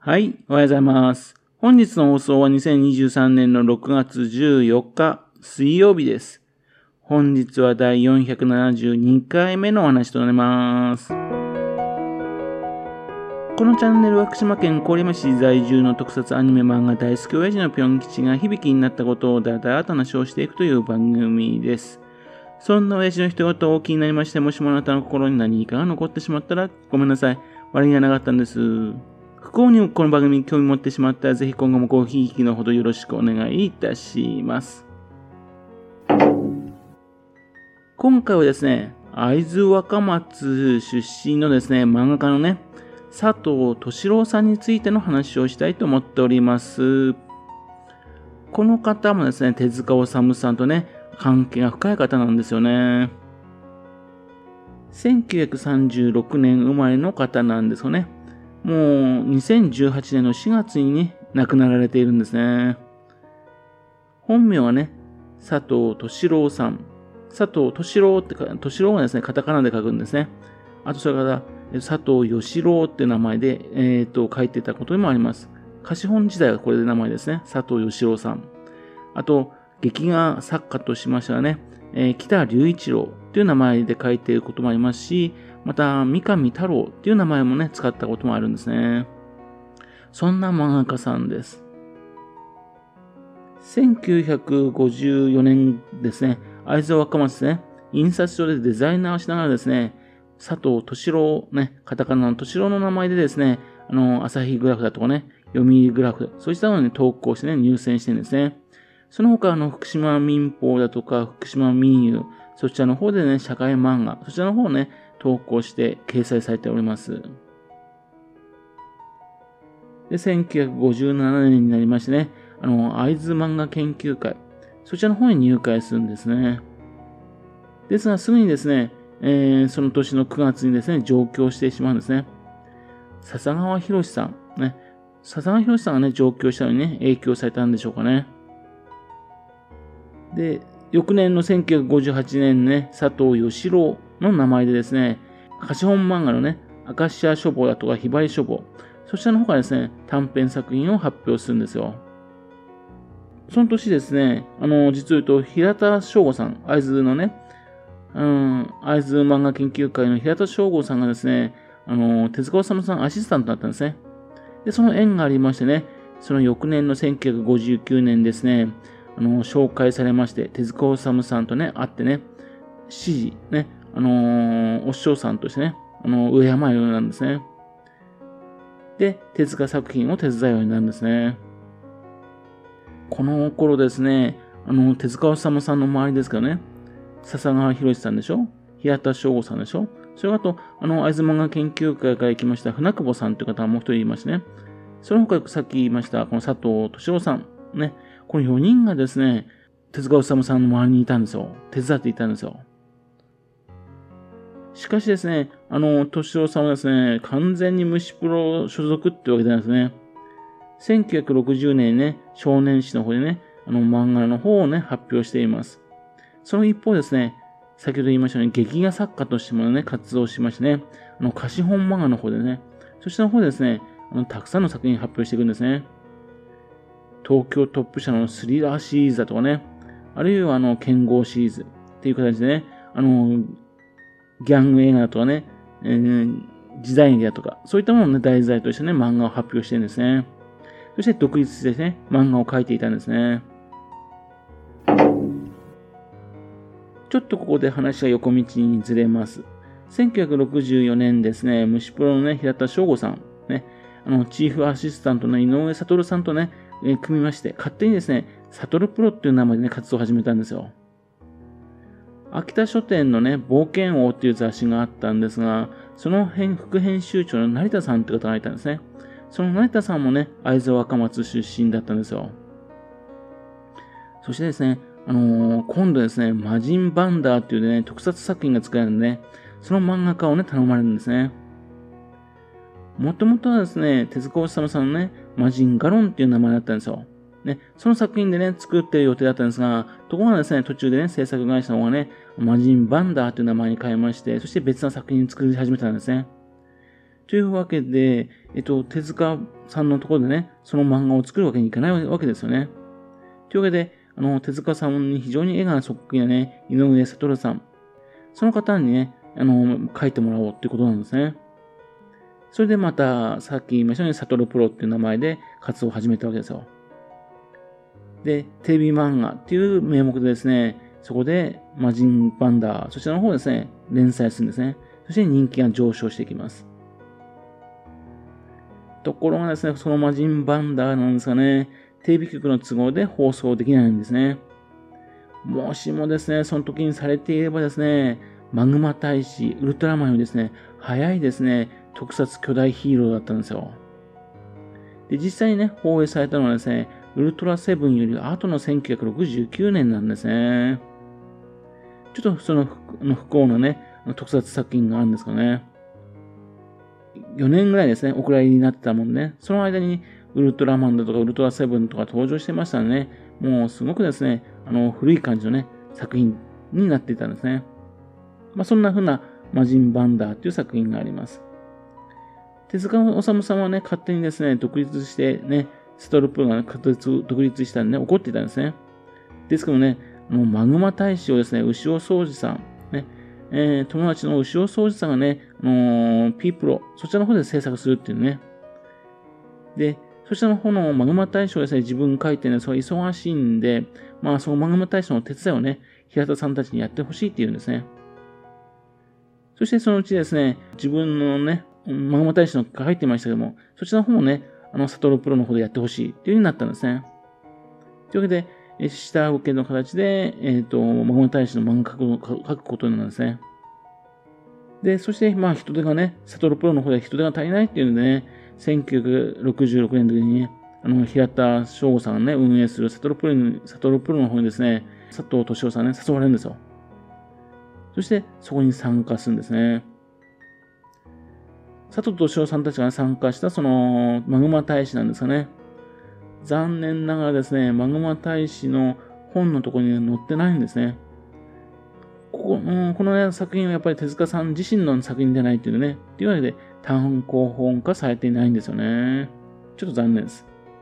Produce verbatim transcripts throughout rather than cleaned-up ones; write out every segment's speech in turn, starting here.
はい、おはようございます。本日の放送はにせんにじゅうさんねんのろくがつじゅうよっか水曜日です。本日はだいよんひゃくななじゅうにかいめのお話となります。このチャンネルは福島県郡山市在住の特撮アニメ漫画大好き親父のぴょん吉が響きになったことをだだらと話をしていくという番組です。そんな親父の一言を気になりまして、もしもあなたの心に何かが残ってしまったらごめんなさい。悪気がなかったんです。不幸にもこの番組に興味持ってしまったら、ぜひ今後もごひいきのほどよろしくお願いいたします。今回はですね、会津若松出身のですね、漫画家のね、佐藤俊郎さんについての話をしたいと思っております。この方もですね、手塚治虫さんとね、関係が深い方なんですよね。せんきゅうひゃくさんじゅうろくねん生まれの方なんですよね。もうにせんじゅうはちねんのしがつにね、亡くなられているんですね。本名はね、佐藤俊郎さん。佐藤俊郎ってか、俊郎がですね、カタカナで書くんですね。あとそれから佐藤義郎って名前で、えー、と書いてたこともあります。貸本時代はこれで名前ですね。佐藤義郎さん。あと、劇画作家としましてはね、えー、北隆一郎という名前で書いていることもありますし、また、三上太郎という名前もね、使ったこともあるんですね。そんな漫画家さんです。せんきゅうひゃくごじゅうよねんですね、会津若松でね、印刷所でデザイナーをしながらですね、佐藤俊郎、ね、カタカナの俊郎の名前でですね、あの、朝日グラフだとかね、読売グラフ、そういったのに投稿してね、入選してるんですね。その他、あの、福島民報だとか、福島民友、そちらの方でね、社会漫画、そちらの方をね、投稿して掲載されております。で、せんきゅうひゃくごじゅうななねんになりましてね、あの、会津漫画研究会、そちらの方に入会するんですね。ですが、すぐにですね、えー、その年のくがつにですね、上京してしまうんですね。笹川博さん、ね、笹川博さんがね、上京したのにね、影響されたんでしょうかね。で、翌年のせんきゅうひゃくごじゅうはちねんね、佐藤義郎の名前でですね、貸本漫画のね、アカシア書房だとかひばり書房、そちらの方からですね、短編作品を発表するんですよ。その年ですね、あの、実を言うと、平田翔吾さん、会津のね、うん、会津漫画研究会の平田翔吾さんがですね、あの、手塚治虫さんアシスタントだったんですね。で、その縁がありましてね、その翌年のせんきゅうひゃくごじゅうきゅうねんですね、あの、紹介されまして、手塚治虫さんとね、会ってね、師事、ね、あのー、お師匠さんとしてね、あの、上山ようなんですね。で、手塚作品を手伝うようになるんですね。この頃ですね、あの、手塚治虫さんの周りですからね、笹川博さんでしょ、平田翔吾さんでしょ、それからあと、あの、会津漫画研究会から行きました船久保さんという方もう一人いましてね、その他さっき言いました、この佐藤俊郎さん、ね、このよにんがですね、手塚治虫さんの周りにいたんですよ。手伝っていたんですよ。しかしですね、あの、敏郎さんはですね、完全に虫プロ所属ってわけなんですね。せんきゅうひゃくろくじゅうねんにね、少年誌の方でね、あの、漫画の方をね、発表しています。その一方ですね、先ほど言いましたように、劇画作家としてもね、活動しましてね、あの、貸本漫画の方でね、そちらの方でですね、あの、たくさんの作品発表していくんですね。東京トップ社のスリラーシリーズだとかね、あるいはあの、剣豪シリーズっていう形でね、あの、ギャング映画だとかね、えー、時代劇だとか、そういったものをね、題材としてね、漫画を発表してるんですね。そして独立してね、漫画を描いていたんですね。ちょっとここで話が横道にずれます。せんきゅうひゃくろくじゅうよねんですね、虫プロのね、平田翔吾さん、ね、あの、チーフアシスタントの井上悟さんとね、えー、組みまして、勝手にですね、悟プロっていう名前でね、活動を始めたんですよ。秋田書店のね、冒険王っていう雑誌があったんですが、その副編集長の成田さんって方がいたんですね。その成田さんもね、会津若松出身だったんですよ。そしてですね、あのー、今度ですね、魔人バンダーっていうね、特撮作品が作られるんでね、その漫画家をね、頼まれるんですね。もともとはですね、手塚治虫さんのね、魔人ガロンっていう名前だったんですよ。ね、その作品でね、作ってる予定だったんですが、ところがですね、途中でね、制作会社の方がね、魔人バンダーという名前に変えまして、そして別な作品に作り始めたんですね。 というわけで、えっと、手塚さんのところでね、その漫画を作るわけにいかないわけですよね。というわけで、あの、手塚さんに非常に絵がそっくりなね、井上悟さん。その方にね、あの、描いてもらおうっていうことなんですね。それでまた、さっき言いましたように、悟プロっていう名前で活動を始めたわけですよ。で、テレビ漫画っていう名目でですね、そこで魔人バンダー、そちらの方ですね、連載するんですね。そして人気が上昇していきます。ところがですね、その魔人バンダーなんですがね、テレビ局の都合で放送できないんですね。もしもですね、その時にされていればですね、マグマ大使、ウルトラマンよりですね、早いですね、特撮巨大ヒーローだったんですよ。で、実際にね、放映されたのはですね、ウルトラセブンより後のせんきゅうひゃくろくじゅうきゅうねんなんですね。ちょっとその不幸なね、特撮作品があるんですかね。よねんぐらいですね、お蔵入りになってたもんね。その間にウルトラマンだとかウルトラセブンとか登場してましたね。もうすごくですね、あの、古い感じのね、作品になっていたんですね。まあ、そんな風な魔人バンダーという作品があります。手塚治虫さんはね、勝手にですね、独立してね、ストロプロが、ね、独立したんでね、怒っていたんですね。ですけどね、あのマグマ大使をですね、牛尾総司さん、ね、えー、友達の牛尾総司さんがね、あのー、P プロ、そちらの方で制作するっていうね。で、そちらの方のマグマ大使をですね、自分書いてね、それ忙しいんで、まあ、そのマグマ大使の手伝いをね、平田さんたちにやってほしいっていうんですね。そしてそのうちですね、自分のね、マグマ大使の書いてましたけども、そちらの方もね、あの、サトルプロの方でやってほしいっていう風になったんですね。というわけで、下請けの形で、えっ、ー、と、マグマ大使の漫画を書くことになるんですね。で、そして、まあ、人手がね、サトルプロの方で人手が足りないっていうのでね、せんきゅうひゃくろくじゅうろくねんの時にね、あの、平田翔吾さんがね、運営するサトルプロに、サトルプロの方にですね、佐藤敏夫さんね、誘われるんですよ。そして、そこに参加するんですね。佐藤敏夫さんたちが参加したそのマグマ大使なんですかね。残念ながらですね、マグマ大使の本のところには載ってないんですね。ここ、うん、この、ね、作品はやっぱり手塚さん自身の作品じゃないっていうね、っていうわけで単行本化されていないんですよね。ちょっと残念です。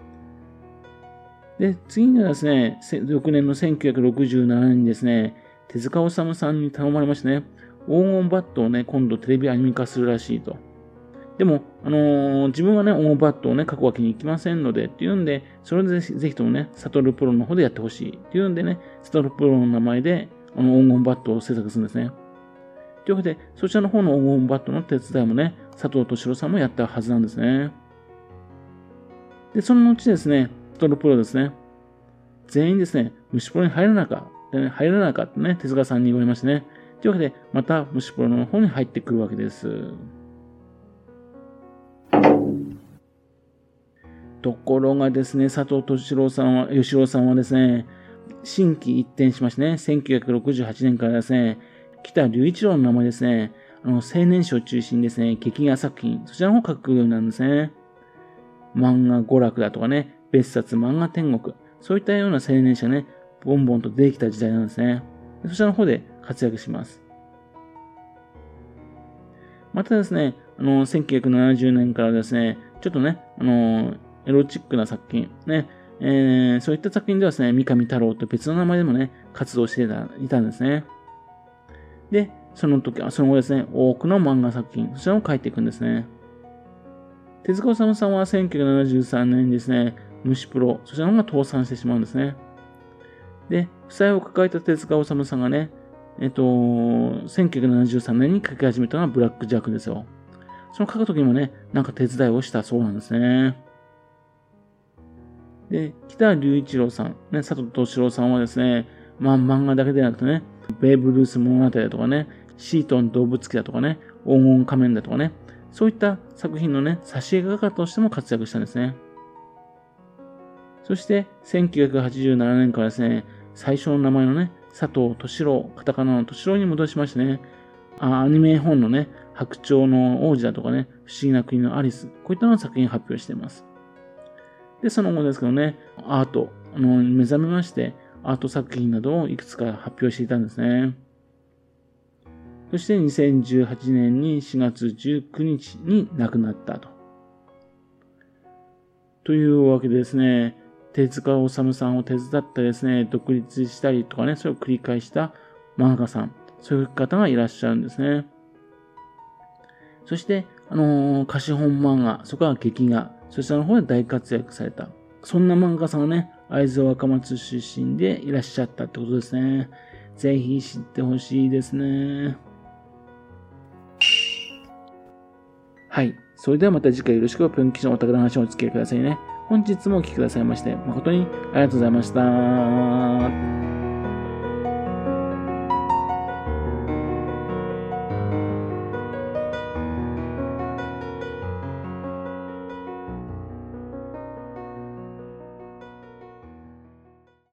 で、次にはですね、翌年のせんきゅうひゃくろくじゅうななねんにですね、手塚治虫さんに頼まれましてね、黄金バットをね、今度テレビアニメ化するらしいと。でも、あのー、自分はね、黄金バットをね、書くわけにいきませんので、っていうんで、それでぜひともね、サトルプロの方でやってほしい。っていうんでね、サトルプロの名前で、あの、黄金バットを制作するんですね。というわけで、そちらの方の黄金バットの手伝いもね、佐藤敏郎さんもやったはずなんですね。で、その後ですね、サトルプロですね、全員ですね、虫プロに入らなかった、ね、入らなかったね、手塚さんに言われましてね。というわけで、また虫プロの方に入ってくるわけです。ところがですね、佐藤敏郎さんは、吉郎さんはですね、心機一転しましてね、せんきゅうひゃくろくじゅうはちねんからですね、北隆一郎の名前ですね、あの、青年誌を中心にですね、劇画作品、そちらの方を書くようになるんですね。漫画娯楽だとかね、別冊漫画天国、そういったような青年誌がね、ボンボンと出てきた時代なんですね。そちらの方で活躍します。またですね、あの、せんきゅうひゃくななじゅうねんからですね、ちょっとね、あの、エロチックな作品、ね、えー、そういった作品ではですね、三上太郎と別の名前でもね、活動していたんですね。で、その時、その後ですね、多くの漫画作品、そちらを書いていくんですね。手塚治虫さんはせんきゅうひゃくななじゅうさんねんにですね、虫プロ、そちらの方が倒産してしまうんですね。で、負債を抱えた手塚治虫さんがね、えっと、せんきゅうひゃくななじゅうさんねんに書き始めたのはブラックジャックですよ。その書くときもね、なんか手伝いをしたそうなんですね。で、北隆一郎さん、ね、佐藤敏郎さんはですね、まあ漫画だけでなくてね、ベーブ・ルース物語だとかね、シートン動物記だとかね、黄金仮面だとかね、そういった作品のね、挿絵画家としても活躍したんですね。そして、せんきゅうひゃくはちじゅうななねんからですね、最初の名前のね、佐藤敏郎、カタカナの敏郎に戻しましてね、あアニメ本のね、白鳥の王子だとかね、不思議な国のアリス、こういったのを作品発表しています。で、その後ですけどね、アート、あの、目覚めまして、アート作品などをいくつか発表していたんですね。 そしてにせんじゅうはちねんにしがつじゅうくにちに亡くなったと。というわけでですね、手塚治虫さんを手伝ってですね、独立したりとかね、それを繰り返した漫画家さん、そういう方がいらっしゃるんですね。そして、あのー、貸本漫画、そこから劇画、そちらの方で大活躍された。そんな漫画家さんがね、会津若松出身でいらっしゃったってことですね。ぜひ知ってほしいですね。はい。それではまた次回よろしくプンキシのお宝の話をお付き合いくださいね。本日もお聞きくださいまして、誠にありがとうございました。